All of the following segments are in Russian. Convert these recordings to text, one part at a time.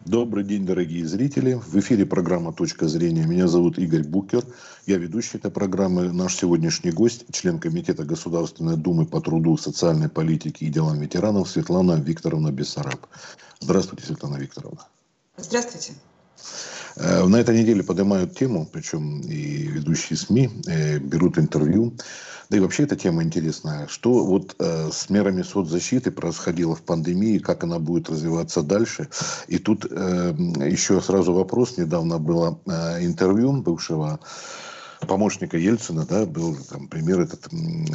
Добрый день, дорогие зрители. В эфире программа «Точка зрения». Меня зовут Игорь Букер. Я ведущий этой программы. Наш сегодняшний гость, член Комитета Государственной Думы по труду, социальной политике и делам ветеранов Светлана Викторовна Бессараб. Здравствуйте, Светлана Викторовна. Здравствуйте. На этой неделе поднимают тему, причем и ведущие СМИ берут интервью. Да и вообще эта тема интересная. Что вот с мерами соцзащиты происходило в пандемии, как она будет развиваться дальше. И тут еще сразу вопрос. Недавно было интервью бывшего помощника Ельцина, да, был там пример этот,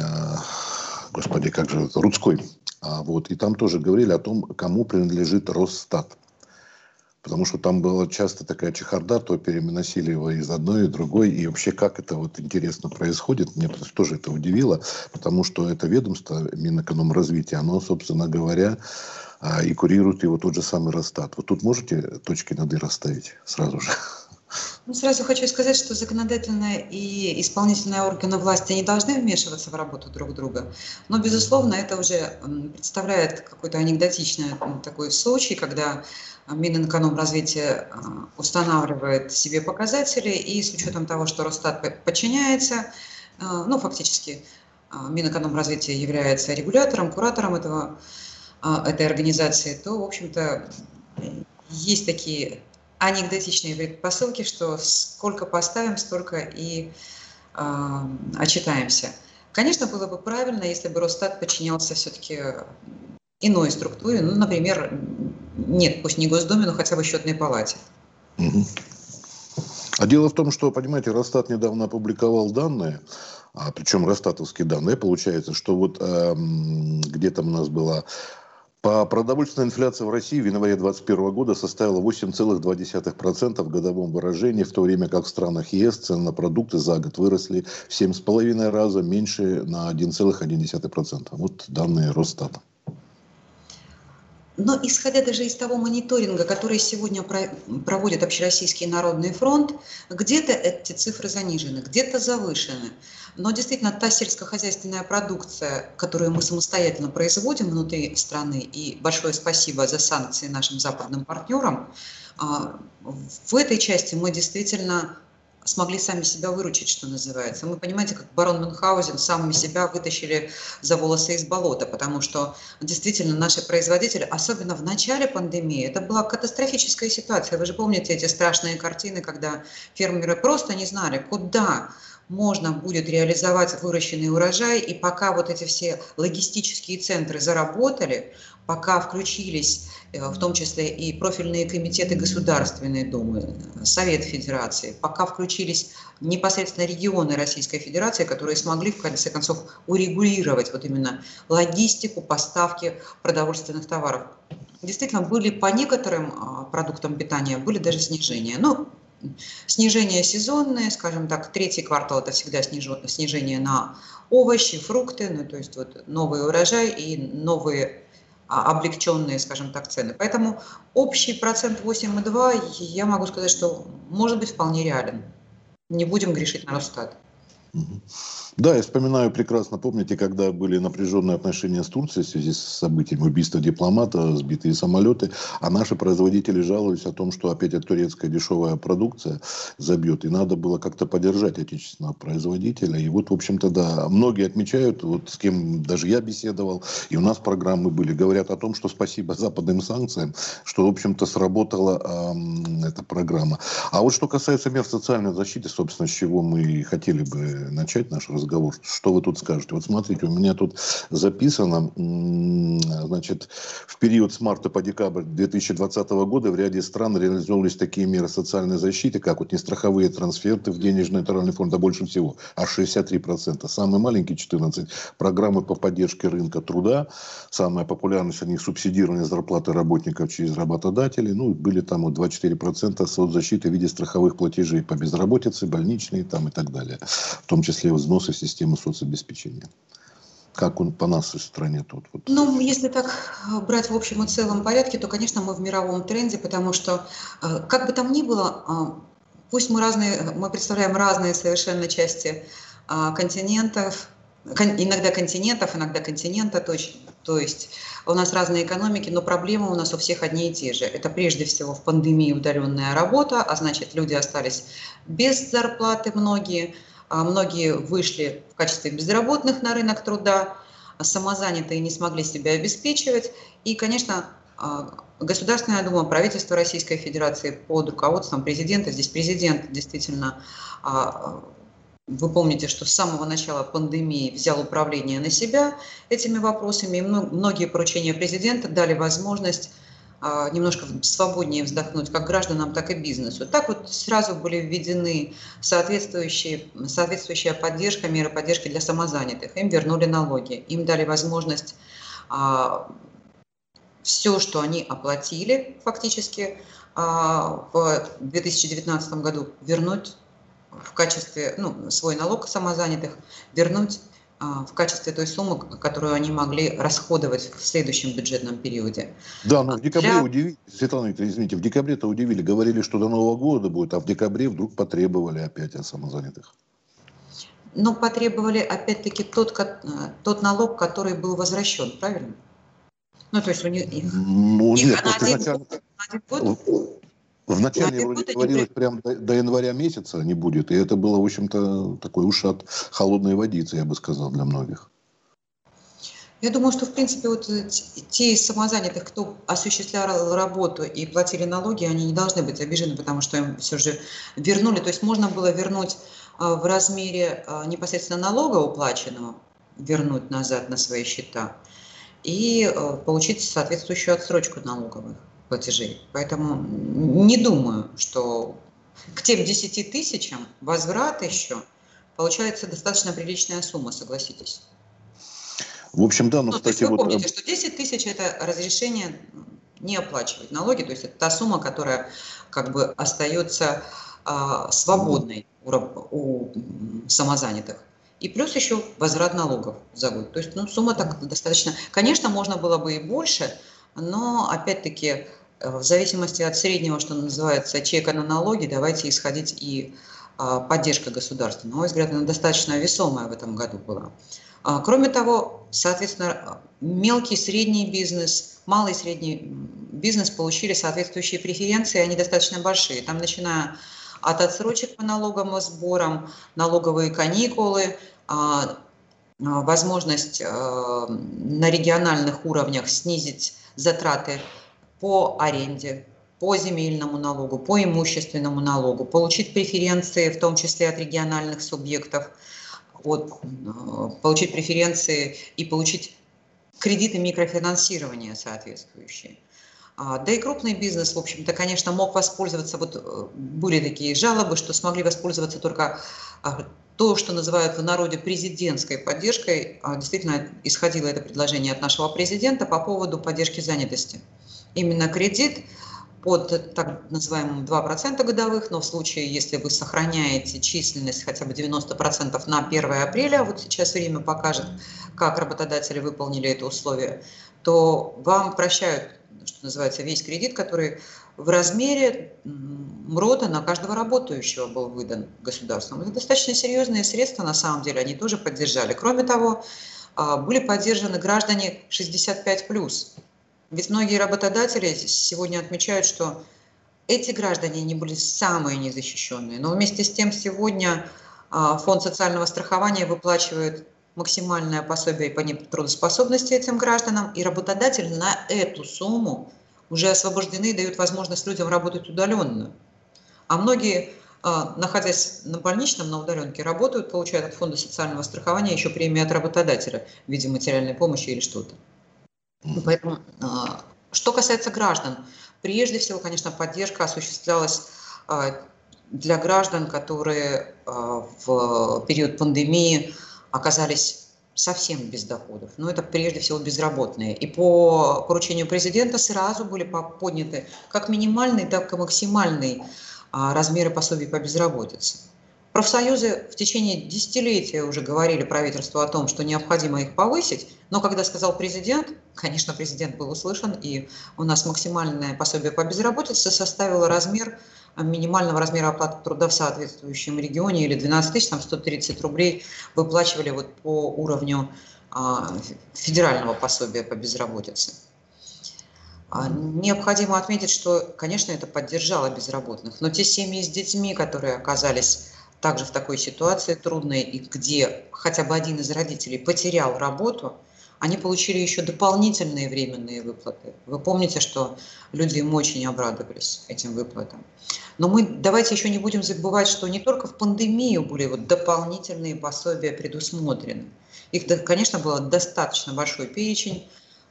господи, как же это, Рудской. Вот, и там тоже говорили о том, кому принадлежит Росстат. Потому что там была часто такая чехарда, то переносили его из одной и другой. И вообще, как это вот интересно происходит, мне тоже это удивило. Потому что это ведомство Минэкономразвития, оно, собственно говоря, и курирует его тот же самый Росстат. Вот тут можете точки над «и» расставить сразу же? Ну, сразу хочу сказать, что законодательная и исполнительные органы власти не должны вмешиваться в работу друг друга. Но, безусловно, это уже представляет какой-то анекдотичный такой случай, когда Минэкономразвития устанавливает себе показатели, и с учетом того, что Росстат подчиняется, ну, фактически Минэкономразвития является регулятором, куратором этой организации, то, в общем-то, есть такие анекдотичные предпосылки, что сколько поставим, столько и отчитаемся. Конечно, было бы правильно, если бы Росстат подчинялся все-таки иной структуре, ну, например, нет, пусть не Госдуме, но хотя бы Счетной палате. Угу. А дело в том, что, понимаете, Росстат недавно опубликовал данные, причем росстатовские данные, получается, что вот где там у нас была... По продовольственной инфляции в России в январе 2021 года составила 8,2% в годовом выражении, в то время как в странах ЕС цены на продукты за год выросли в 7,5 раза, меньше на 1,1%. Вот данные Росстата. Но исходя даже из того мониторинга, который сегодня проводит Общероссийский народный фронт, где-то эти цифры занижены, где-то завышены. Но действительно та сельскохозяйственная продукция, которую мы самостоятельно производим внутри страны, и большое спасибо за санкции нашим западным партнерам, в этой части мы действительно смогли сами себя выручить, что называется. Мы, понимаете, как барон Мюнхгаузен, сами себя вытащили за волосы из болота, потому что действительно наши производители, особенно в начале пандемии, это была катастрофическая ситуация. Вы же помните эти страшные картины, когда фермеры просто не знали, куда можно будет реализовать выращенный урожай, и пока вот эти все логистические центры заработали, пока включились в том числе и профильные комитеты Государственной Думы, Совет Федерации, пока включились непосредственно регионы Российской Федерации, которые смогли в конце концов урегулировать вот именно логистику, поставки продовольственных товаров. Действительно, были по некоторым продуктам питания, были даже снижения. Но снижение сезонное, скажем так, третий квартал – это всегда снижение на овощи, фрукты, ну, то есть вот новый урожай и новые облегченные, скажем так, цены. Поэтому общий процент 8,2, я могу сказать, что может быть вполне реален. Не будем грешить на Росстат. Да, я вспоминаю прекрасно, помните, когда были напряженные отношения с Турцией в связи с событием убийства дипломата, сбитые самолеты, а наши производители жаловались о том, что опять эта турецкая дешевая продукция забьет, и надо было как-то поддержать отечественного производителя. И вот, в общем-то, да, многие отмечают, вот с кем даже я беседовал, и у нас программы были, говорят о том, что спасибо западным санкциям, что, в общем-то, сработала эта программа. А вот что касается мер социальной защиты, собственно, с чего мы хотели бы начать наш разговор. Что вы тут скажете? Вот смотрите, у меня тут записано, значит, в период с марта по декабрь 2020 года в ряде стран реализовывались такие меры социальной защиты, как вот нестраховые трансферты в денежный нейтральный фонд, а больше всего, аж 63%. Самые маленькие 14%. Программы по поддержке рынка труда. Самая популярная среди них субсидирование зарплаты работников через работодателей. Ну, были там вот 24% соцзащиты в виде страховых платежей по безработице, больничные там и так далее. В том числе взносы в систему соцобеспечения. Как он по нашей стране тут? Вот. Ну, если так брать в общем и целом порядке, то, конечно, мы в мировом тренде, потому что, как бы там ни было, пусть мы представляем разные совершенно части континентов, иногда континента точно, То есть у нас разные экономики, но проблемы у нас у всех одни и те же. Это прежде всего в пандемии удаленная работа, а значит, люди остались без зарплаты многие, многие вышли в качестве безработных на рынок труда, самозанятые не смогли себя обеспечивать. И, конечно, Государственная Дума, правительство Российской Федерации под руководством президента, здесь президент действительно, вы помните, что с самого начала пандемии взял управление на себя этими вопросами, и многие поручения президента дали возможность немножко свободнее вздохнуть как гражданам, так и бизнесу. Так вот сразу были введены соответствующая поддержка, меры поддержки для самозанятых. Им вернули налоги, им дали возможность все, что они оплатили фактически в 2019 году, вернуть в качестве, свой налог самозанятых, вернуть в качестве той суммы, которую они могли расходовать в следующем бюджетном периоде. Да, но в декабре удивили, Светлана, извините, в декабре-то удивили, говорили, что до Нового года будет, а в декабре вдруг потребовали опять от самозанятых. Но потребовали опять-таки тот налог, который был возвращен, правильно? Ну, то есть у них нет, на один год. Вначале вроде говорилось, прям до января месяца не будет, и это было, в общем-то, такой ушат холодной водицы, я бы сказал, для многих. Я думаю, что, в принципе, вот те из самозанятых, кто осуществлял работу и платили налоги, они не должны быть обижены, потому что им все же вернули. То есть можно было вернуть в размере непосредственно налога уплаченного, вернуть назад на свои счета и получить соответствующую отсрочку налоговых платежей. Поэтому не думаю, что к тем 10 тысячам возврат еще получается достаточно приличная сумма, согласитесь. В общем, да, но, кстати, вы помните, что 10 тысяч – это разрешение не оплачивать налоги, то есть это та сумма, которая как бы остается свободной у самозанятых. И плюс еще возврат налогов за год. То есть сумма так достаточно… Конечно, можно было бы и больше, но опять-таки в зависимости от среднего, что называется, чека на налоги, давайте исходить и поддержка государства. На мой взгляд, она достаточно весомая в этом году была. Кроме того, соответственно, мелкий, средний бизнес, малый и средний бизнес получили соответствующие преференции, они достаточно большие. Там, начиная от отсрочек по налоговым сборам, налоговые каникулы, возможность на региональных уровнях снизить затраты по аренде, по земельному налогу, по имущественному налогу, получить преференции, в том числе от региональных субъектов, получить преференции и получить кредиты микрофинансирования соответствующие. Да и крупный бизнес, в общем-то, конечно, мог воспользоваться, были такие жалобы, что смогли воспользоваться только то, что называют в народе президентской поддержкой. Действительно, исходило это предложение от нашего президента по поводу поддержки занятости. Именно кредит под так называемым 2% годовых, но в случае, если вы сохраняете численность хотя бы 90% на 1 апреля, вот сейчас время покажет, как работодатели выполнили это условие, то вам прощают, что называется, весь кредит, который в размере МРОТа на каждого работающего был выдан государством. Это достаточно серьезные средства, на самом деле, они тоже поддержали. Кроме того, были поддержаны граждане 65+. Ведь многие работодатели сегодня отмечают, что эти граждане не были самые незащищенные. Но вместе с тем сегодня Фонд социального страхования выплачивает максимальное пособие по нетрудоспособности этим гражданам, и работодатель на эту сумму уже освобождены и дают возможность людям работать удаленно. А многие, находясь на больничном, на удаленке, работают, получают от Фонда социального страхования еще премии от работодателя в виде материальной помощи или что-то. Поэтому, что касается граждан, прежде всего, конечно, поддержка осуществлялась для граждан, которые в период пандемии оказались совсем без доходов. Но это прежде всего безработные. И по поручению президента сразу были подняты как минимальный, так и максимальный размеры пособий по безработице. Профсоюзы в течение десятилетия уже говорили правительству о том, что необходимо их повысить, но когда сказал президент, конечно, президент был услышан, и у нас максимальное пособие по безработице составило размер минимального размера оплаты труда в соответствующем регионе, или 12 130 рублей выплачивали по уровню федерального пособия по безработице. Необходимо отметить, что, конечно, это поддержало безработных, но те семьи с детьми, которые оказались также в такой ситуации трудной, и где хотя бы один из родителей потерял работу, они получили еще дополнительные временные выплаты. Вы помните, что люди им очень обрадовались этим выплатам. Но давайте еще не будем забывать, что не только в пандемию были дополнительные пособия предусмотрены. Их, конечно, было достаточно большой перечень.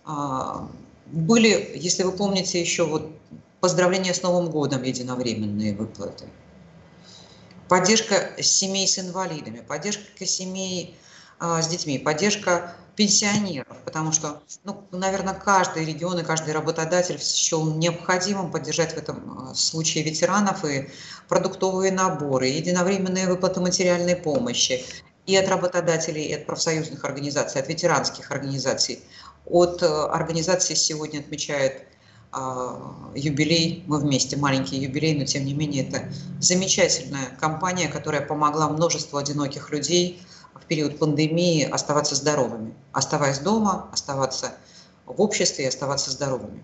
Были, если вы помните, еще поздравления с Новым годом, единовременные выплаты. Поддержка семей с инвалидами, поддержка семей с детьми, поддержка пенсионеров, потому что, наверное, каждый регион и каждый работодатель счел необходимым поддержать в этом случае ветеранов, и продуктовые наборы, и единовременные выплаты материальной помощи и от работодателей, и от профсоюзных организаций, от ветеранских организаций. От организации сегодня отмечает юбилей, мы вместе, маленький юбилей, но тем не менее это замечательная компания, которая помогла множеству одиноких людей в период пандемии оставаться здоровыми, оставаясь дома, оставаться в обществе и оставаться здоровыми.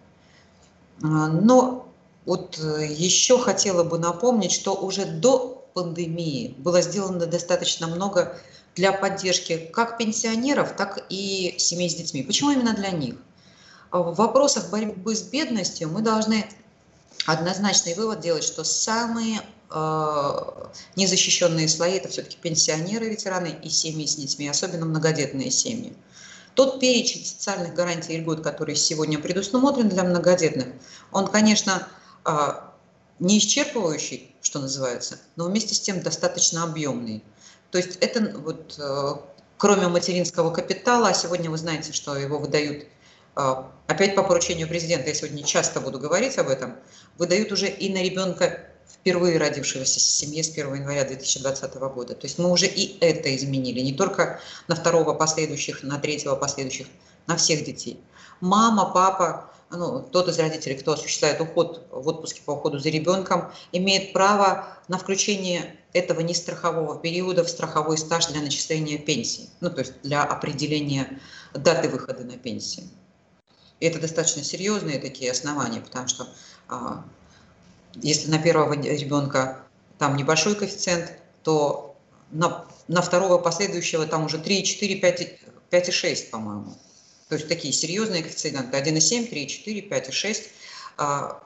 Но еще хотела бы напомнить, что уже до пандемии было сделано достаточно много для поддержки как пенсионеров, так и семей с детьми. Почему именно для них? В вопросах борьбы с бедностью мы должны однозначный вывод делать, что самые незащищенные слои – это все-таки пенсионеры, ветераны и семьи с детьми, особенно многодетные семьи. Тот перечень социальных гарантий и льгот, который сегодня предусмотрен для многодетных, он, конечно, не исчерпывающий, что называется, но вместе с тем достаточно объемный. То есть это кроме материнского капитала, а сегодня вы знаете, что его выдают, опять по поручению президента, я сегодня часто буду говорить об этом, выдают уже и на ребенка, впервые родившегося в семье с 1 января 2020 года. То есть мы уже и это изменили, не только на второго последующих, на третьего последующих, на всех детей. Мама, папа, тот из родителей, кто осуществляет уход в отпуске по уходу за ребенком, имеет право на включение этого нестрахового периода в страховой стаж для начисления пенсии, то есть для определения даты выхода на пенсию. И это достаточно серьезные такие основания, потому что если на первого ребенка там небольшой коэффициент, то на второго последующего там уже 3,4, 5,6, по-моему. То есть такие серьезные коэффициенты 1,7, 3,4, 5,6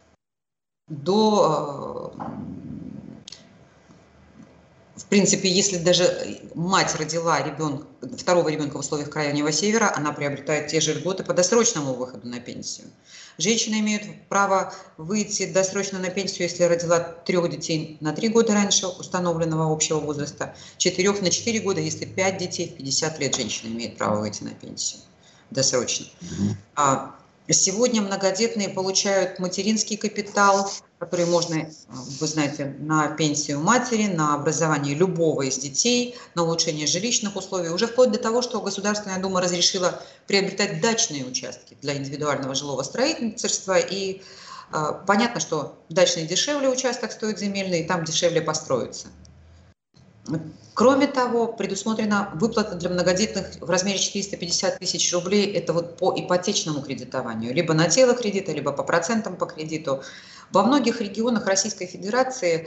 в принципе, если даже мать родила второго ребенка в условиях Крайнего Севера, она приобретает те же льготы по досрочному выходу на пенсию. Женщины имеют право выйти досрочно на пенсию, если родила 3 детей на 3 года раньше установленного общего возраста, 4 на 4 года, если 5 детей в 50 лет женщина имеет право выйти на пенсию досрочно. Сегодня многодетные получают материнский капитал, который можно, вы знаете, на пенсию матери, на образование любого из детей, на улучшение жилищных условий, уже вплоть до того, что Государственная Дума разрешила приобретать дачные участки для индивидуального жилого строительства. И понятно, что дачный дешевле участок стоит земельный, и там дешевле построиться. Кроме того, предусмотрена выплата для многодетных в размере 450 тысяч рублей. Это по ипотечному кредитованию, либо на тело кредита, либо по процентам по кредиту. Во многих регионах Российской Федерации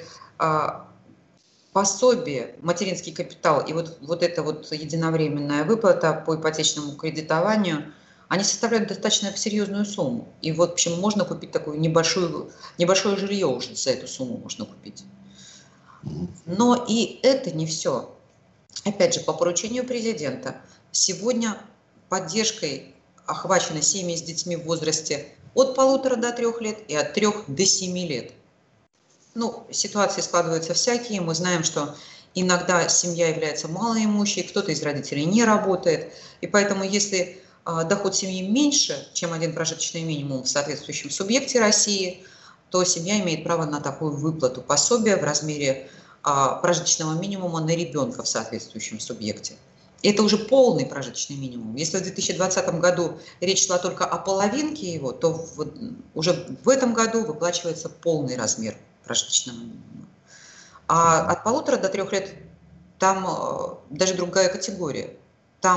пособие, материнский капитал и эта единовременная выплата по ипотечному кредитованию, они составляют достаточно серьезную сумму. И почему можно купить такое небольшое жилье уже за эту сумму можно купить. Но и это не все. Опять же, по поручению президента, сегодня поддержкой охвачены семьи с детьми в возрасте от 1,5 до 3 лет и от 3 до 7 лет. Ситуации складываются всякие. Мы знаем, что иногда семья является малоимущей, кто-то из родителей не работает. И поэтому, если доход семьи меньше, чем один прожиточный минимум в соответствующем субъекте России, то семья имеет право на такую выплату пособия в размере прожиточного минимума на ребенка в соответствующем субъекте. И это уже полный прожиточный минимум. Если в 2020 году речь шла только о половинке его, то уже в этом году выплачивается полный размер прожиточного минимума. А от 1,5 до 3 лет там даже другая категория. Там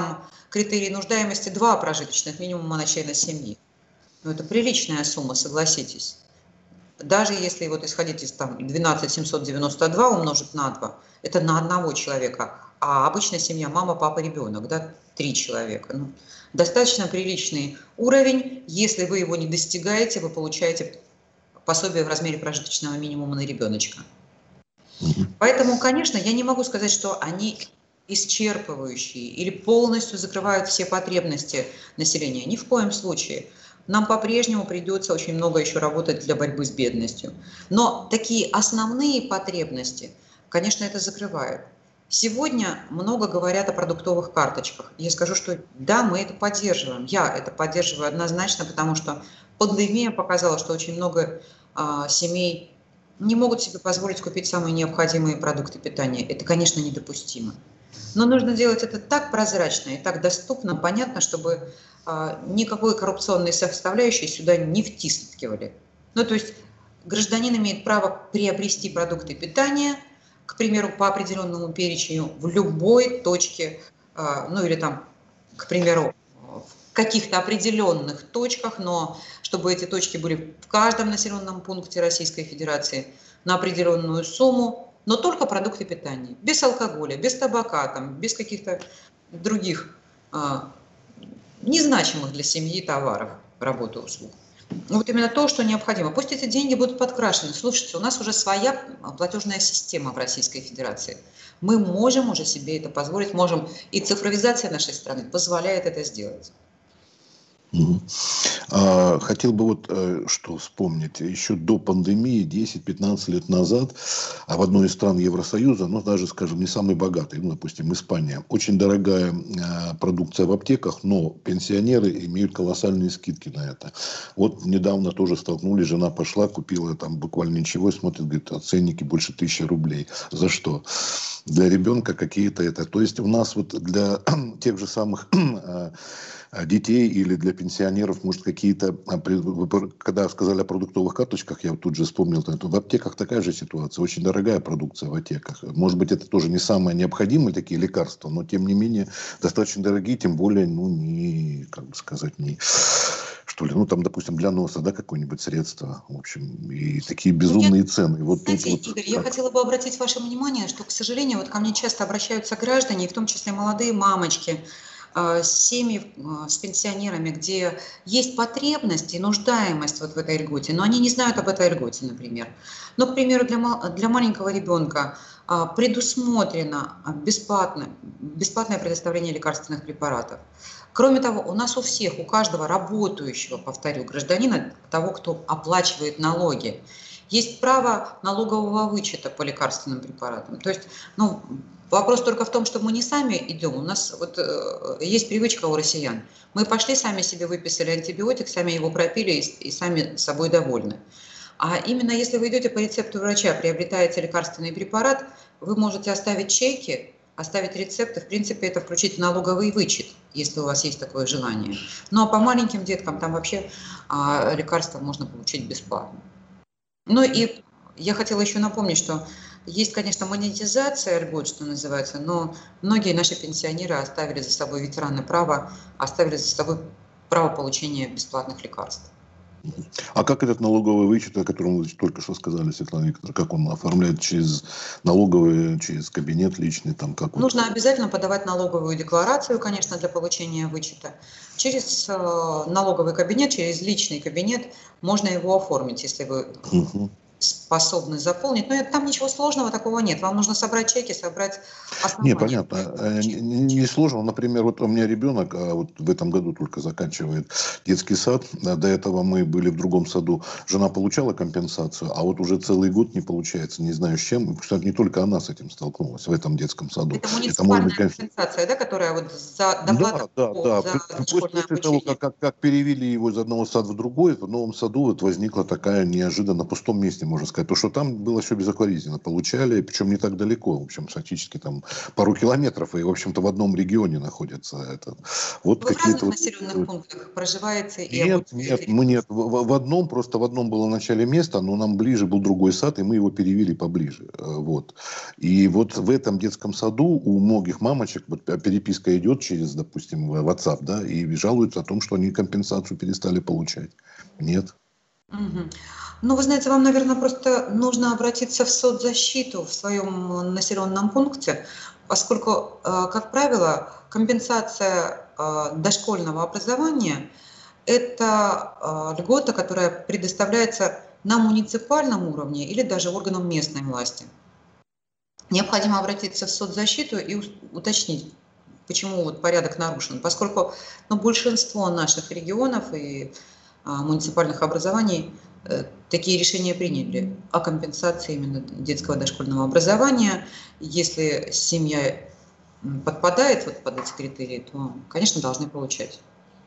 критерий нуждаемости 2 прожиточных минимума на члена семьи. Ну, это приличная сумма, согласитесь. Даже если вот исходить из там 12 792 умножить на 2, это на одного человека. А обычная семья, мама, папа, ребенок, да, 3 человека. Ну, достаточно приличный уровень. Если вы его не достигаете, вы получаете пособие в размере прожиточного минимума на ребеночка. Поэтому, конечно, я не могу сказать, что они исчерпывающие или полностью закрывают все потребности населения. Ни в коем случае. Нам по-прежнему придется очень много еще работать для борьбы с бедностью. Но такие основные потребности, конечно, это закрывает. Сегодня много говорят о продуктовых карточках. Я скажу, что да, мы это поддерживаем. Я это поддерживаю однозначно, потому что пандемия показала, что очень много семей не могут себе позволить купить самые необходимые продукты питания. Это, конечно, недопустимо. Но нужно делать это так прозрачно и так доступно, понятно, чтобы никакой коррупционной составляющей сюда не втискивали. Ну, то есть гражданин имеет право приобрести продукты питания, к примеру, по определенному перечню в любой точке, ну или там, к примеру, в каких-то определенных точках, но чтобы эти точки были в каждом населенном пункте Российской Федерации на определенную сумму, но только продукты питания, без алкоголя, без табака, там, без каких-то других незначимых для семьи товаров, работы, услуг. Вот именно то, что необходимо. Пусть эти деньги будут подкрашены. Слушайте, у нас уже своя платежная система в Российской Федерации. Мы можем уже себе это позволить, можем, и цифровизация нашей страны позволяет это сделать. Хотел бы вот что вспомнить. Еще до пандемии, 10-15 лет назад, в одной из стран Евросоюза, ну даже, скажем, не самой богатой, ну, допустим, Испания, очень дорогая продукция в аптеках, но пенсионеры имеют колоссальные скидки на это. Вот недавно тоже столкнулись, жена пошла, купила там буквально ничего, смотрит, говорит, ценники больше 1000 рублей. За что? Для ребенка какие-то это. То есть у нас вот для тех же самых детей или для пенсионеров, может, какие-то, когда сказали о продуктовых карточках, я вот тут же вспомнил, в аптеках такая же ситуация, очень дорогая продукция в аптеках. Может быть, это тоже не самые необходимые такие лекарства, но, тем не менее, достаточно дорогие, тем более, ну, не, как бы сказать, не, что ли, ну, там, допустим, для носа, да, какое-нибудь средство, в общем, и такие безумные цены. Вот Кстати, тут вот, Игорь, я хотела бы обратить ваше внимание, что, к сожалению, вот ко мне часто обращаются граждане, в том числе молодые мамочки, семьи с пенсионерами, где есть потребность и нуждаемость вот в этой льготе, но они не знают об этой льготе, например. Но, к примеру, для маленького ребенка предусмотрено бесплатное предоставление лекарственных препаратов. Кроме того, у нас у всех, у каждого работающего, повторю, гражданина, того, кто оплачивает налоги, есть право налогового вычета по лекарственным препаратам. То есть, ну, вопрос только в том, что мы не сами идем. У нас вот есть привычка у россиян. Мы пошли, сами себе выписали антибиотик, сами его пропили и сами собой довольны. А именно если вы идете по рецепту врача, приобретаете лекарственный препарат, вы можете оставить чеки, оставить рецепты, в принципе, это включить в налоговый вычет, если у вас есть такое желание. Ну а по маленьким деткам там вообще лекарства можно получить бесплатно. Ну и я хотела еще напомнить, что есть, конечно, монетизация льгот, что называется, но многие наши пенсионеры оставили за собой, ветераны права, оставили за собой право получения бесплатных лекарств. А как этот налоговый вычет, о котором вы только что сказали, Светлана Викторовна, как он оформляет через налоговый, через кабинет личный? Там, как Нужно обязательно подавать налоговую декларацию, конечно, для получения вычета. Через налоговый кабинет, через личный кабинет можно его оформить, если вы способны заполнить. Но там ничего сложного такого нет. Вам нужно собрать чеки, собрать основание. Не, понятно. Не сложно. Например, вот у меня ребенок вот в этом году только заканчивает детский сад. До этого мы были в другом саду. Жена получала компенсацию, а вот уже целый год не получается. Не знаю с чем. Кстати, не только она с этим столкнулась в этом детском саду. Это муниципальная компенсация, да, которая вот за доплату за дошкольное обучение. После того, как перевели его из одного сада в другой, в новом саду вот возникла такая неожиданно, на пустом месте, можно сказать, потому что там было все безукоризненно. Получали, причем не так далеко, в общем, фактически там пару километров, и, в общем-то, в одном регионе находится это. Вот Вы в разных какие-то населенных пунктах проживаете и Нет, нет, обучаете? мы нет. В одном, просто в одном было в начале место, но нам ближе был другой сад, и мы его перевели поближе. Вот. И вот в этом детском саду у многих мамочек вот, переписка идет через, допустим, WhatsApp, да, и жалуются о том, что они компенсацию перестали получать. Нет. Мгм. Ну, вы знаете, вам, наверное, просто нужно обратиться в соцзащиту в своем населенном пункте, поскольку, как правило, компенсация дошкольного образования– это льгота, которая предоставляется на муниципальном уровне или даже органам местной власти. Необходимо обратиться в соцзащиту и уточнить, почему вот порядок нарушен, поскольку большинство наших регионов и муниципальных образований такие решения приняли о компенсации именно детского дошкольного образования. Если семья подпадает вот под эти критерии, то, конечно, должны получать.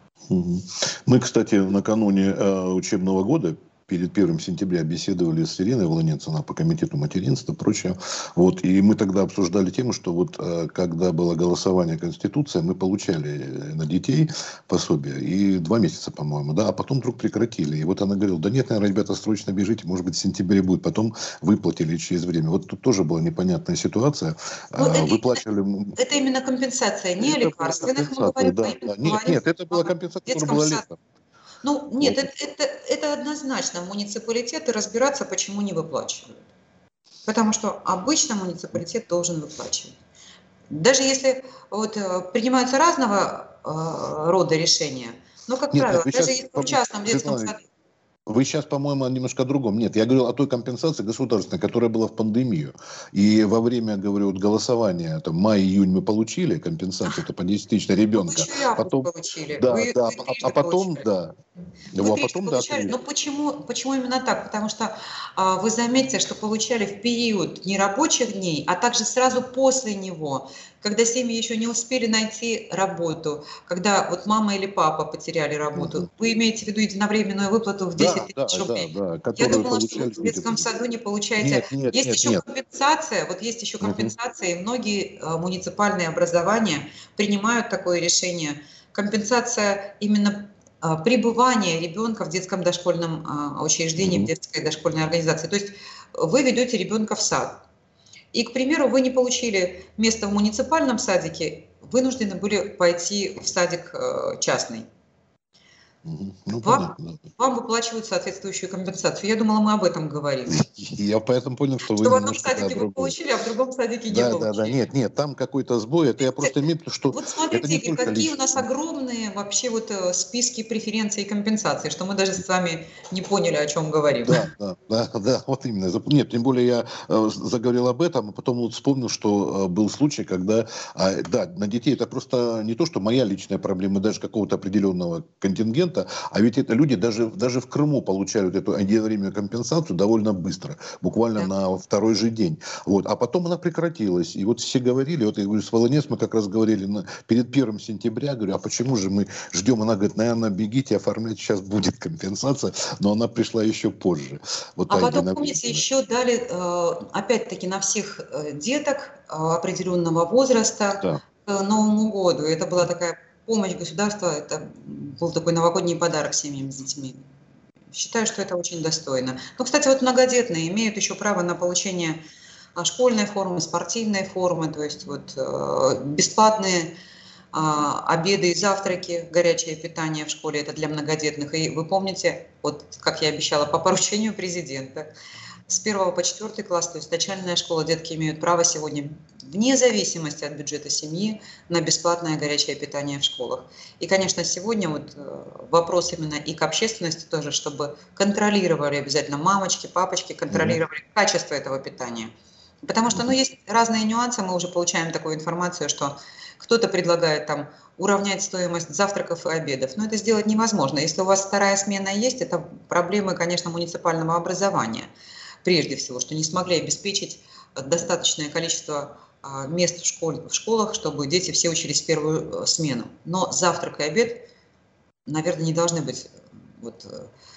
Мы, кстати, накануне учебного года, перед 1 сентября, беседовали с Ириной Волынец, она по комитету материнства и прочее. Вот, и мы тогда обсуждали тему, что вот когда было голосование Конституции, мы получали на детей пособие, и 2 месяца, по-моему, да, а потом вдруг прекратили. И вот она говорила, да нет, наверное, ребята, срочно бежите, может быть, в сентябре будет, потом выплатили через время. Вот тут тоже была непонятная ситуация. Ну, Выплачивали... это именно компенсация не Это была лекарственных, мы компенсация, говорим, а да, именно да. Нет, говорим нет, это была о компенсация, которая детском была саде. летом. Ну, нет, Вот. это однозначно муниципалитеты разбираться, почему не выплачивают. Потому что обычно муниципалитет должен выплачивать. Даже если вот, принимаются разного рода решения, но, как Нет, нет, правило, вы даже сейчас, если в частном детском Светлана, саду... вы сейчас, по-моему, немножко о другом. Нет, я говорил о той компенсации государственной, которая была в пандемию. И во время, говорю, вот голосования, там, май-июнь мы получили компенсацию, это по 10 тысяч на Ну, вы ребенка. еще и август Потом, получили. да, Вы да, а трижды потом, получали. да, Вы а трижды потом, да, получали. Но 3. почему именно так? Потому что вы заметите, что получали в период нерабочих дней, а также сразу после него, когда семьи еще не успели найти работу, когда вот мама или папа потеряли работу. Вы имеете в виду единовременную выплату в 10 Да, да, тысяч да, рублей? да, Я которую думала, что вы получали в дети детском тогда. саду не получаете. Нет, нет, Есть нет, еще нет. компенсация, вот есть еще Мгм. компенсация, и многие муниципальные образования принимают такое решение. Компенсация именно пребывания ребенка в детском дошкольном учреждении, в Мгм. детской дошкольной организации. То есть вы ведете ребенка в сад. И, к примеру, вы не получили место в муниципальном садике, вынуждены были пойти в садик частный. Мгм. Ну, Вам, понятно. Да. вам выплачивают соответствующую компенсацию. Я думала, мы об этом говорили. И я поэтому понял, что вы Что в одном немножко, да, садике вы другой. получили, а в другом садике не Да, да, да. получили. Нет, нет, там какой-то сбой. Это я просто имею в виду, что Вот это не смотрите, только какие у лично. нас огромные вообще вот списки преференций и компенсаций, что мы даже с вами не поняли, о чем говорим. Да, да, да, да, вот именно. Нет, тем более я заговорил об этом, а потом вот вспомнил, что был случай, когда, да, на детей это просто не то, что моя личная проблема, даже какого-то определенного контингента, а ведь это люди даже в Крыму получают эту единовременную компенсацию довольно быстро, буквально Да. на второй же день. Вот. А потом она прекратилась. И вот все говорили, вот я говорю, с Волынец мы как раз говорили перед 1 сентября, говорю, а почему же мы ждем? Она говорит, наверное, бегите, оформляйте, сейчас будет компенсация, но она пришла еще позже. Вот А та потом, помните, единовременная. еще дали, опять-таки, на всех деток определенного возраста Да. к Новому году. Это была такая помощь государства, это был такой новогодний подарок семьям с детьми. Считаю, что это очень достойно. Ну, кстати, вот многодетные имеют еще право на получение школьной формы, спортивной формы, то есть вот бесплатные обеды и завтраки, горячее питание в школе, это для многодетных. И вы помните, вот как я обещала, по поручению президента, с 1 по 4 класс, то есть начальная школа, детки имеют право сегодня, вне зависимости от бюджета семьи, на бесплатное горячее питание в школах. И, конечно, сегодня вот вопрос именно и к общественности тоже, чтобы контролировали обязательно мамочки, папочки, контролировали качество этого питания. Потому что, ну, есть разные нюансы, мы уже получаем такую информацию, что кто-то предлагает там уравнять стоимость завтраков и обедов, но это сделать невозможно. Если у вас вторая смена есть, это проблемы, конечно, муниципального образования, прежде всего, что не смогли обеспечить достаточное количество мест в школах, чтобы дети все учились в первую смену. Но завтрак и обед, наверное, не должны быть вот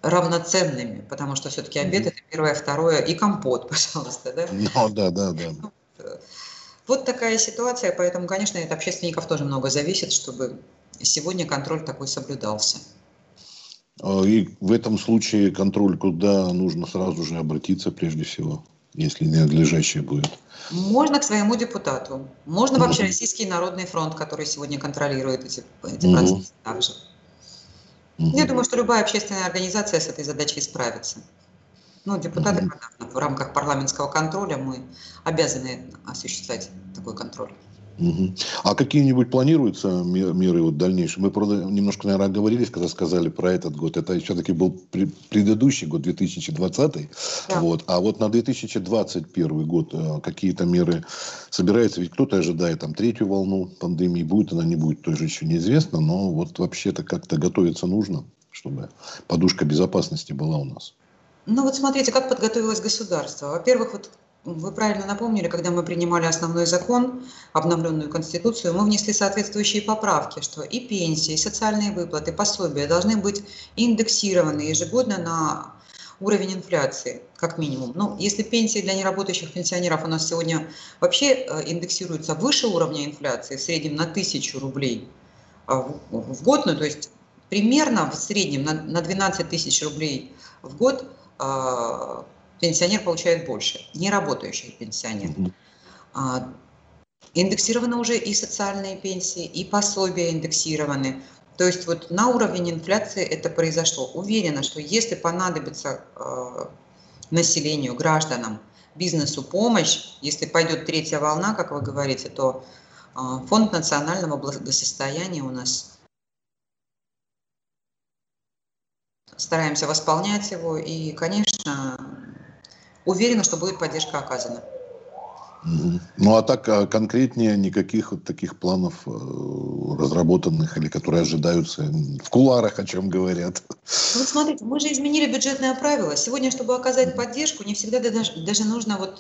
равноценными, потому что все-таки обед – это первое, второе и компот, пожалуйста, да? Ну, да, да, да. Вот такая ситуация, поэтому, конечно, от общественников тоже много зависит, чтобы сегодня контроль такой соблюдался. И в этом случае контроль куда нужно сразу же обратиться прежде всего, если ненадлежащее будет? Можно к своему депутату, можно вообще Российский народный фронт, который сегодня контролирует эти процессы также. Я думаю, что любая общественная организация с этой задачей справится. Ну, депутаты в рамках парламентского контроля мы обязаны осуществлять такой контроль. А какие-нибудь планируются меры вот дальнейшие? Мы, правда, немножко, наверное, оговорились, когда сказали про этот год. Это все-таки был предыдущий год, 2020. Да. Вот. А вот на 2021 год какие-то меры собираются? Ведь кто-то ожидает там третью волну пандемии. Будет она, не будет, тоже еще неизвестно. Но вот вообще-то как-то готовиться нужно, чтобы подушка безопасности была у нас. Ну вот смотрите, как подготовилось государство. Во-первых, вот вы правильно напомнили, когда мы принимали основной закон, обновленную Конституцию, мы внесли соответствующие поправки, что и пенсии, и социальные выплаты, пособия должны быть индексированы ежегодно на уровень инфляции, как минимум. Ну, если пенсии для неработающих пенсионеров у нас сегодня вообще индексируются выше уровня инфляции, в среднем на 1000 рублей в год, ну, то есть примерно в среднем на 12 тысяч рублей в год пенсионер получает больше, неработающий пенсионер. Индексированы уже и социальные пенсии, и пособия индексированы. То есть вот на уровне инфляции это произошло. Уверена, что если понадобится населению, гражданам, бизнесу помощь, если пойдет третья волна, как вы говорите, то Фонд национального благосостояния у нас стараемся восполнять его, и, конечно, уверена, что будет поддержка оказана. Ну, а так конкретнее никаких вот таких планов разработанных или которые ожидаются в кулуарах, о чем говорят? Ну, вот смотрите, мы же изменили бюджетное правило. Сегодня, чтобы оказать поддержку, не всегда даже нужно вот,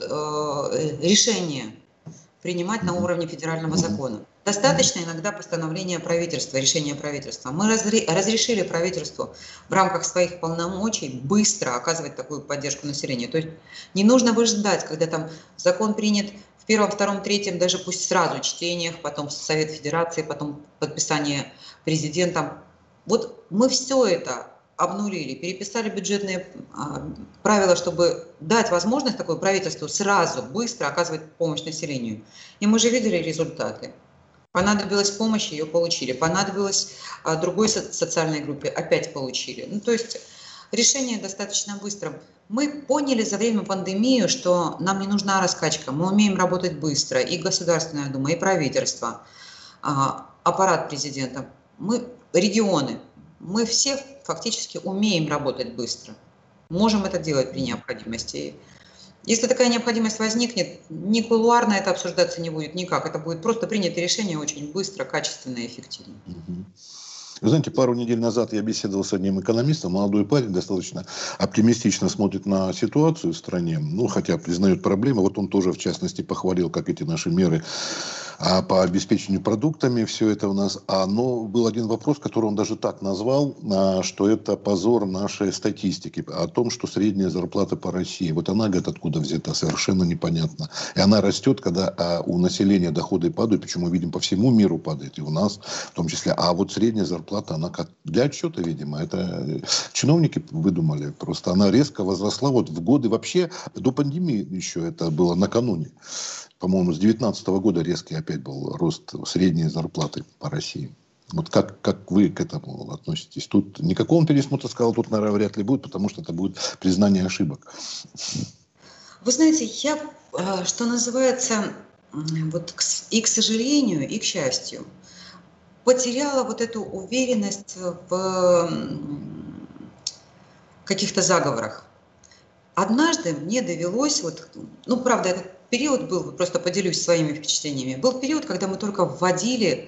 решение принимать на уровне федерального закона. Достаточно иногда постановления правительства, решения правительства. Мы разрешили правительству в рамках своих полномочий быстро оказывать такую поддержку населению. То есть не нужно выжидать, когда там закон принят в первом, втором, третьем, даже пусть сразу чтениях, потом Совет Федерации, потом подписание президентом. Вот мы все это обнулили, переписали бюджетные правила, чтобы дать возможность такое правительству сразу, быстро оказывать помощь населению. И мы же видели результаты. Понадобилась помощь, ее получили. Понадобилось другой социальной группе, опять получили. Ну, то есть решение достаточно быстро. Мы поняли за время пандемии, что нам не нужна раскачка. Мы умеем работать быстро. И Государственная Дума, и правительство, аппарат президента. Мы регионы. Мы все фактически умеем работать быстро. Можем это делать при необходимости. Если такая необходимость возникнет, ни кулуарно это обсуждаться не будет никак. Это будет просто принято решение очень быстро, качественно и эффективно. Вы знаете, пару недель назад я беседовал с одним экономистом, молодой парень, достаточно оптимистично смотрит на ситуацию в стране, ну, хотя признает проблемы. Вот он тоже, в частности, похвалил, как эти наши меры по обеспечению продуктами, все это у нас. Но был один вопрос, который он даже так назвал, что это позор нашей статистики, о том, что средняя зарплата по России, вот она, говорит, откуда взята, совершенно непонятно. И она растет, когда у населения доходы падают, причем мы видим по всему миру падает, и у нас в том числе. А вот средняя зарплата, она как для отчета, видимо, это чиновники выдумали. Просто она резко возросла вот в годы вообще, до пандемии еще это было накануне. По-моему, с 2019 года резкий опять был рост средней зарплаты по России. Вот как вы к этому относитесь? Тут никакого пересмотра, сказал, тут, наверное, вряд ли будет, потому что это будет признание ошибок. Вы знаете, я, что называется, вот и к сожалению, и к счастью, потеряла вот эту уверенность в каких-то заговорах. Однажды мне довелось, вот, ну, правда, этот период был, просто поделюсь своими впечатлениями, был период, когда мы только вводили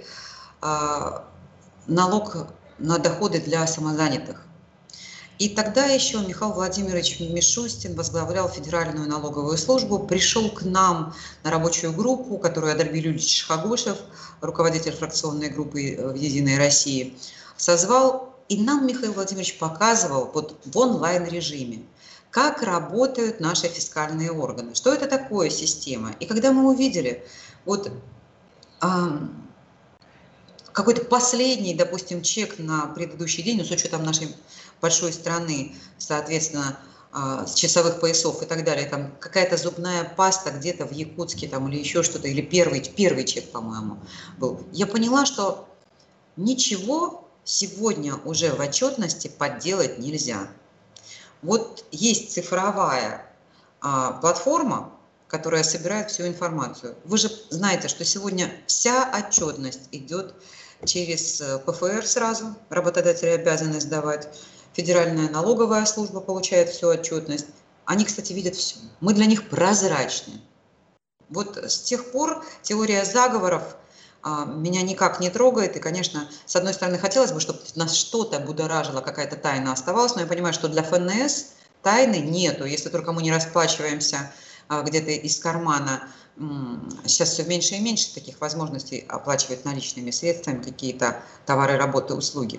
налог на доходы для самозанятых. И тогда еще Михаил Владимирович Мишустин возглавлял Федеральную налоговую службу, пришел к нам на рабочую группу, которую Адальберт Юрьевич Шхагошев, руководитель фракционной группы в «Единой России», созвал И нам Михаил Владимирович показывал вот в онлайн-режиме, как работают наши фискальные органы, что это такое система. И когда мы увидели вот какой-то последний, допустим, чек на предыдущий день, ну, с учетом нашей большой страны, соответственно, с часовых поясов и так далее, там какая-то зубная паста где-то в Якутске там, или еще что-то, или первый чек, по-моему, был. Я поняла, что ничего сегодня уже в отчетности подделать нельзя. Вот есть цифровая платформа, которая собирает всю информацию. Вы же знаете, что сегодня вся отчетность идет через ПФР сразу, работодатели обязаны сдавать, Федеральная налоговая служба получает всю отчетность. Они, кстати, видят все. Мы для них прозрачны. Вот с тех пор теория заговоров меня никак не трогает. И, конечно, с одной стороны, хотелось бы, чтобы нас что-то будоражило, какая-то тайна оставалась, но я понимаю, что для ФНС тайны нету. Если только мы не расплачиваемся где-то из кармана, сейчас все меньше и меньше таких возможностей оплачивать наличными средствами какие-то товары, работы, услуги.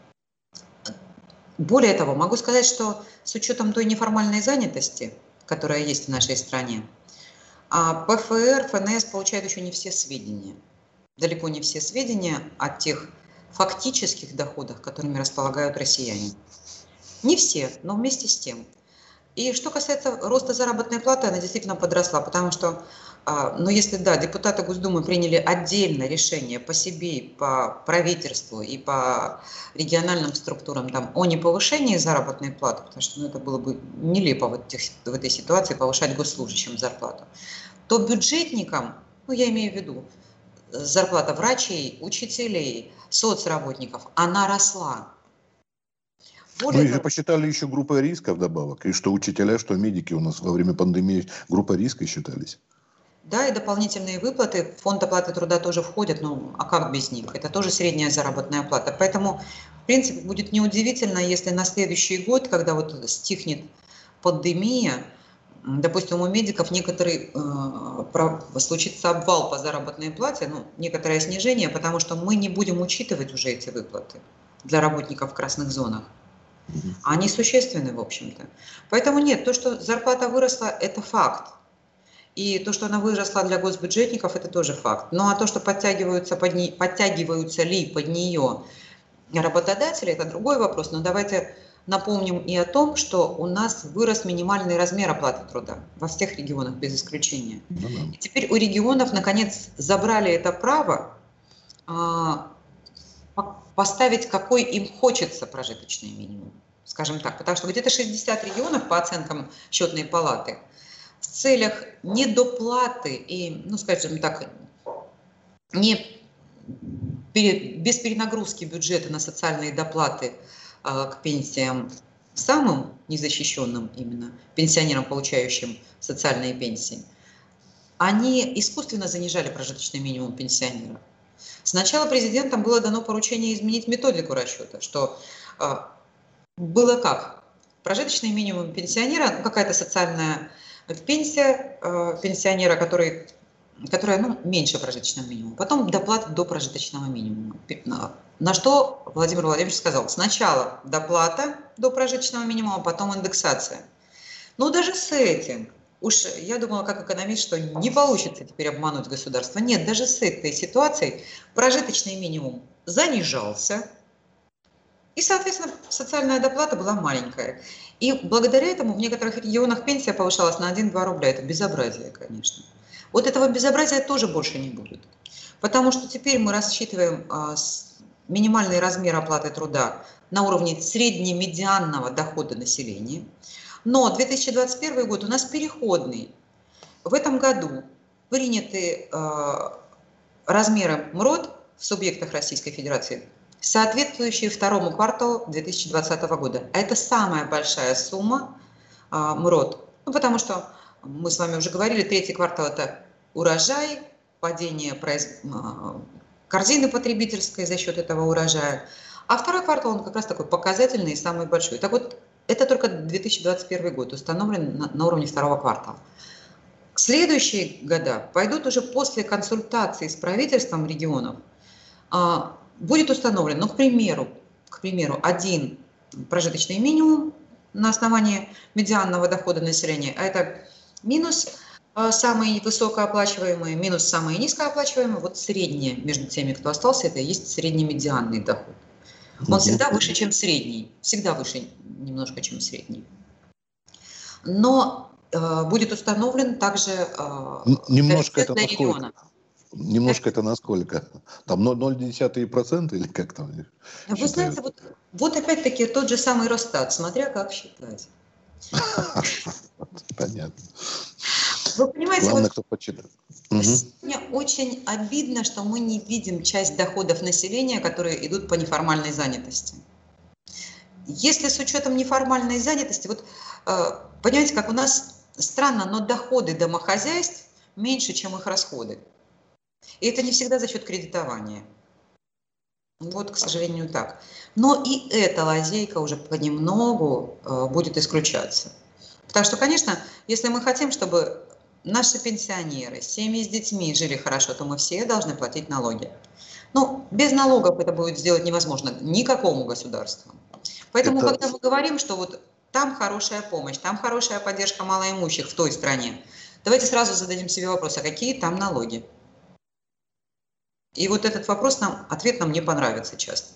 Более того, могу сказать, что с учетом той неформальной занятости, которая есть в нашей стране, ПФР, ФНС получают еще не все сведения. Далеко не все сведения о тех фактических доходах, которыми располагают россияне. Не все, но вместе с тем. И что касается роста заработной платы, она действительно подросла, потому что, ну если да, депутаты Госдумы приняли отдельное решение по себе, и по правительству, и по региональным структурам там, о неповышении заработной платы, потому что это было бы нелепо в этой ситуации повышать госслужащим зарплату, то бюджетникам, ну я имею в виду, зарплата врачей, учителей, соцработников, она росла. Ну, их же посчитали еще группой риска вдобавок. И что учителя, что медики у нас во время пандемии группой риска считались. Да, и дополнительные выплаты в фонд оплаты труда тоже входят, ну, а как без них? Это тоже средняя заработная плата. Поэтому, в принципе, будет неудивительно, если на следующий год, когда вот стихнет пандемия, допустим, у медиков случится обвал по заработной плате, ну, некоторое снижение, потому что мы не будем учитывать уже эти выплаты для работников в красных зонах. Они существенны, в общем-то. Поэтому нет, то, что зарплата выросла, это факт. И то, что она выросла для госбюджетников, это тоже факт. Ну а то, что подтягиваются ли под нее работодатели, это другой вопрос. Но давайте напомним и о том, что у нас вырос минимальный размер оплаты труда во всех регионах без исключения. И теперь у регионов, наконец, забрали это право поставить, какой им хочется прожиточный минимум, скажем так. Потому что где-то 60 регионов, по оценкам счетной палаты, в целях недоплаты и, ну, скажем так, без перенагрузки бюджета на социальные доплаты к пенсиям самым незащищенным именно, пенсионерам, получающим социальные пенсии, они искусственно занижали прожиточный минимум пенсионера. Сначала президентом было дано поручение изменить методику расчета, что было как? Прожиточный минимум пенсионера, ну, какая-то социальная пенсия пенсионера, которая ну, меньше прожиточного минимума, потом доплата до прожиточного минимума. На что Владимир Владимирович сказал, сначала доплата до прожиточного минимума, потом индексация. Но даже с этим, уж я думала, как экономист, что не получится теперь обмануть государство. Нет, даже с этой ситуацией прожиточный минимум занижался, и, соответственно, социальная доплата была маленькая. И благодаря этому в некоторых регионах пенсия повышалась на 1-2 рубля. Это безобразие, конечно. Вот этого безобразия тоже больше не будет. Потому что теперь мы рассчитываем минимальный размер оплаты труда на уровне среднемедианного дохода населения. Но 2021 год у нас переходный. В этом году приняты размеры МРОТ в субъектах Российской Федерации, соответствующие второму кварталу 2020 года. А это самая большая сумма МРОТ. Ну, потому что мы с вами уже говорили, третий квартал – это урожай, падение корзины потребительской за счет этого урожая. А второй квартал, он как раз такой показательный и самый большой. Так вот, это только 2021 год, установлен на уровне второго квартала. Следующие года пойдут уже после консультации с правительством регионов. Будет установлен, ну, к к примеру, один прожиточный минимум на основании медианного дохода населения, а это минус самые высокооплачиваемые, минус самые низкооплачиваемые, вот среднее между теми, кто остался, это и есть среднемедианный доход. Он всегда выше, чем средний, всегда выше немножко, чем средний. Но будет установлен также немножко это для насколько? региона. Немножко это насколько? Там 0,1% или как там? Вы знаете, вот опять-таки тот же самый Росстат, смотря как считать. Понятно. Вы понимаете, главное, кто почитает. Мне очень обидно, что мы не видим часть доходов населения, которые идут по неформальной занятости. Если с учетом неформальной занятости, вот понимаете, как у нас странно, но доходы домохозяйств меньше, чем их расходы. И это не всегда за счет кредитования. Вот, к сожалению, так. Но и эта лазейка уже понемногу будет исключаться. Потому что, конечно, если мы хотим, чтобы наши пенсионеры, семьи с детьми жили хорошо, то мы все должны платить налоги. Но без налогов это будет сделать невозможно никакому государству. Поэтому, когда мы говорим, что вот там хорошая помощь, там хорошая поддержка малоимущих в той стране, давайте сразу зададим себе вопрос, а какие там налоги? И вот этот вопрос ответ нам не понравится часто.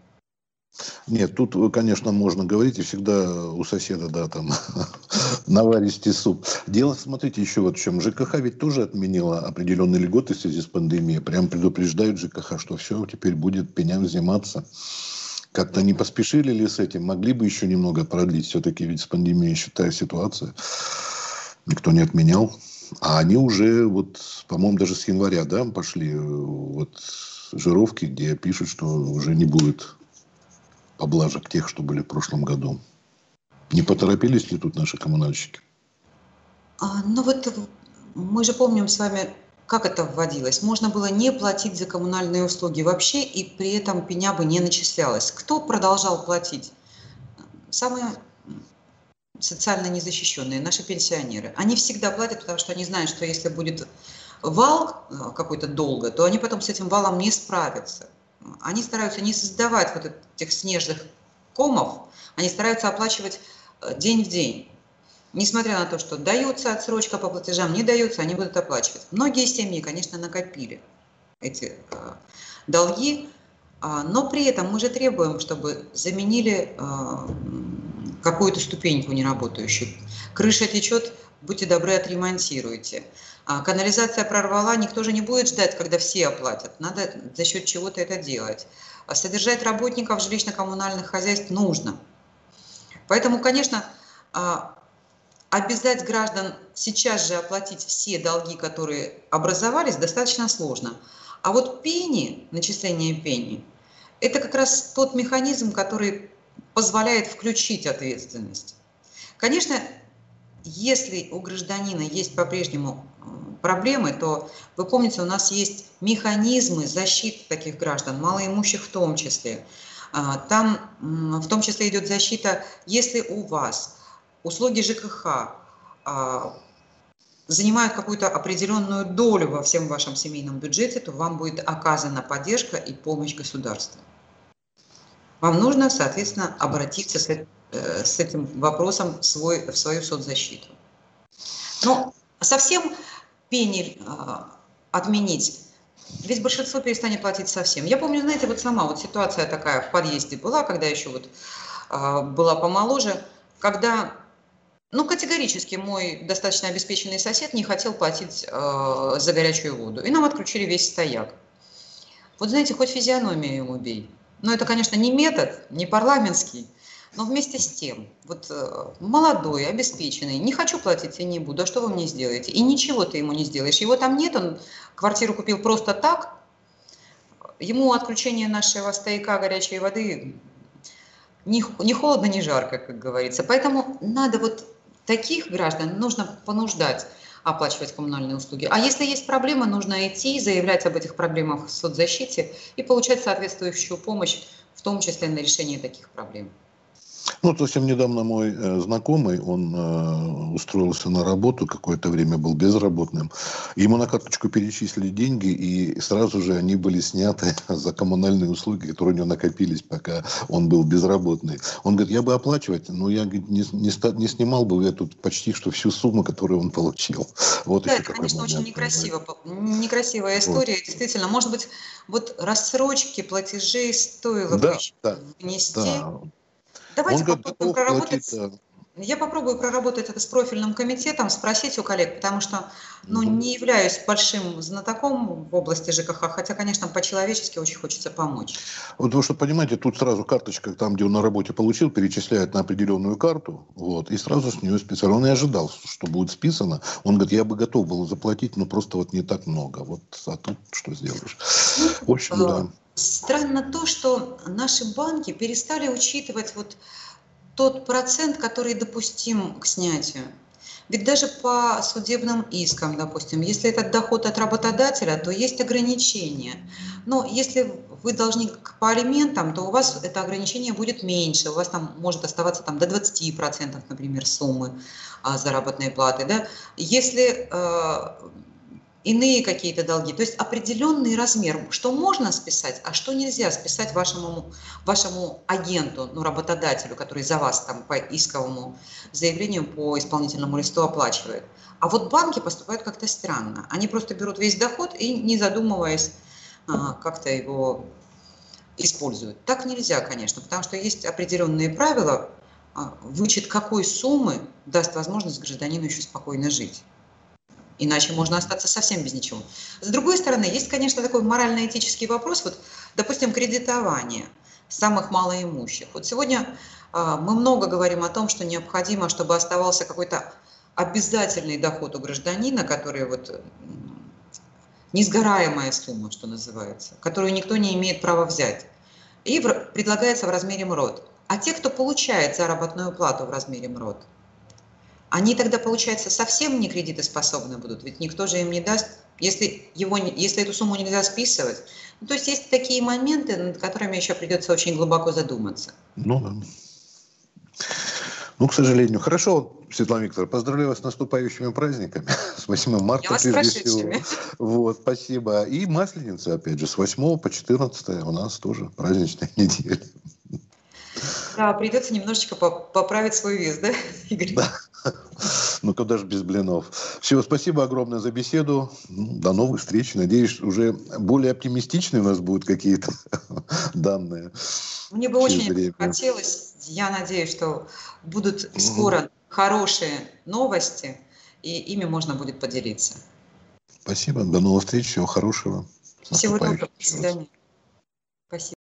Нет, тут, конечно, можно говорить, и всегда у соседа, да, там, наваристый суп. Дело, смотрите, еще вот в чем. ЖКХ ведь тоже отменила определенные льготы в связи с пандемией. Прям предупреждают ЖКХ, что все, теперь будет пеням взиматься. Как-то не поспешили ли с этим? Могли бы еще немного продлить. Все-таки ведь с пандемией, считаю, ситуация. Никто не отменял. А они уже, вот, по-моему, даже с января, да, пошли вот жировки, где пишут, что уже не будет поблажек тех, что были в прошлом году. Не поторопились ли тут наши коммунальщики? Ну вот мы же помним с вами, как это вводилось. Можно было не платить за коммунальные услуги вообще, и при этом пеня бы не начислялась. Кто продолжал платить? Самые социально незащищенные, наши пенсионеры. Они всегда платят, потому что они знают, что если будет вал какой-то долго, то они потом с этим валом не справятся. Они стараются не создавать вот этих снежных комов, они стараются оплачивать день в день. Несмотря на то, что дается отсрочка по платежам, не дается, они будут оплачивать. Многие семьи, конечно, накопили эти долги, но при этом мы же требуем, чтобы заменили какую-то ступеньку неработающую. Крыша течет, будьте добры, отремонтируйте. Канализация прорвала, никто же не будет ждать, когда все оплатят. Надо за счет чего-то это делать. Содержать работников жилищно-коммунальных хозяйств нужно. Поэтому, конечно, обязать граждан сейчас же оплатить все долги, которые образовались, достаточно сложно. А вот пени, начисление пени, это как раз тот механизм, который позволяет включить ответственность. Конечно, если у гражданина есть по-прежнему проблемы, то, вы помните, у нас есть механизмы защиты таких граждан, малоимущих в том числе. Там в том числе идет защита, если у вас услуги ЖКХ занимают какую-то определенную долю во всем вашем семейном бюджете, то вам будет оказана поддержка и помощь государства. Вам нужно, соответственно, обратиться с этим вопросом в свою соцзащиту. Но совсем пени отменить, ведь большинство перестанет платить совсем. Я помню, знаете, вот сама вот ситуация такая в подъезде была, когда еще вот была помоложе, когда, ну, категорически мой достаточно обеспеченный сосед не хотел платить за горячую воду. И нам отключили весь стояк. Вот знаете, хоть физиономию ему бей. Но это, конечно, не метод, не парламентский, но вместе с тем, вот молодой, обеспеченный, не хочу платить и не буду, а что вы мне сделаете? И ничего ты ему не сделаешь. Его там нет, он квартиру купил просто так, ему отключение нашего стояка горячей воды ни холодно, ни жарко, как говорится. Поэтому надо вот таких граждан нужно понуждать оплачивать коммунальные услуги. А если есть проблемы, нужно идти, заявлять об этих проблемах в соцзащите и получать соответствующую помощь, в том числе на решение таких проблем. Ну, совсем недавно мой знакомый, он устроился на работу, какое-то время был безработным. Ему на карточку перечислили деньги, и сразу же они были сняты за коммунальные услуги, которые у него накопились, пока он был безработный. Он говорит, я бы оплачивать, но я, говорит, не снимал бы эту почти что всю сумму, которую он получил. Вот Да, еще это, такой конечно, очень момент. некрасиво, некрасивая Вот. история. Действительно, может быть, вот рассрочки платежей стоило бы Да, еще да, внести. да. Он, Давайте говорит, попробуем готов платить. проработать. Я попробую проработать это с профильным комитетом, спросить у коллег, потому что, ну, Мгм. не являюсь большим знатоком в области ЖКХ, хотя, конечно, по-человечески очень хочется помочь. Вот вы что понимаете, тут сразу карточка, там, где он на работе получил, перечисляет на определенную карту, вот, и сразу с нее списали. Он и ожидал, что будет списано. Он говорит, я бы готов был заплатить, но просто вот не так много. Вот, а тут что сделаешь? Знаете, В общем, да. странно то, что наши банки перестали учитывать вот тот процент, который допустим к снятию. Ведь даже по судебным искам, допустим, если это доход от работодателя, то есть ограничения. Но если вы должник по алиментам, то у вас это ограничение будет меньше. У вас там может оставаться там, до 20%, например, суммы заработной платы. Да? Если иные какие-то долги, то есть определенный размер, что можно списать, а что нельзя списать вашему агенту, ну, работодателю, который за вас там по исковому заявлению по исполнительному листу оплачивает. А вот банки поступают как-то странно. Они просто берут весь доход и, не задумываясь, как-то его используют. Так нельзя, конечно, потому что есть определенные правила, вычет какой суммы даст возможность гражданину еще спокойно жить. Иначе можно остаться совсем без ничего. С другой стороны, есть, конечно, такой морально-этический вопрос, вот, допустим, кредитование самых малоимущих. Вот сегодня мы много говорим о том, что необходимо, чтобы оставался какой-то обязательный доход у гражданина, который вот несгораемая сумма, что называется, которую никто не имеет права взять. И предлагается в размере МРОТ. А те, кто получает заработную плату в размере МРОТ, они тогда, получается, совсем не кредитоспособны будут, ведь никто же им не даст, если эту сумму нельзя списывать. Ну, то есть есть такие моменты, над которыми еще придется очень глубоко задуматься. Ну, да. Ну, к сожалению. Хорошо, Светлана Викторовна, поздравляю вас с наступающими праздниками. С 8 Я марта, вас с прежде всего. прошедшими. Вот, спасибо. И Масленица, опять же, с 8 по 14 у нас тоже праздничная неделя. Да, придется немножечко поправить свой вес, да, Игорь? Да. Ну, куда же без блинов. Все, спасибо огромное за беседу. До новых встреч. Надеюсь, уже более оптимистичные у нас будут какие-то данные Мне бы через очень время. хотелось, я надеюсь, что будут скоро хорошие новости, и ими можно будет поделиться. Спасибо. До новых встреч. Всего хорошего. С Всего доброго. наступающим До еще раз. свидания. Спасибо.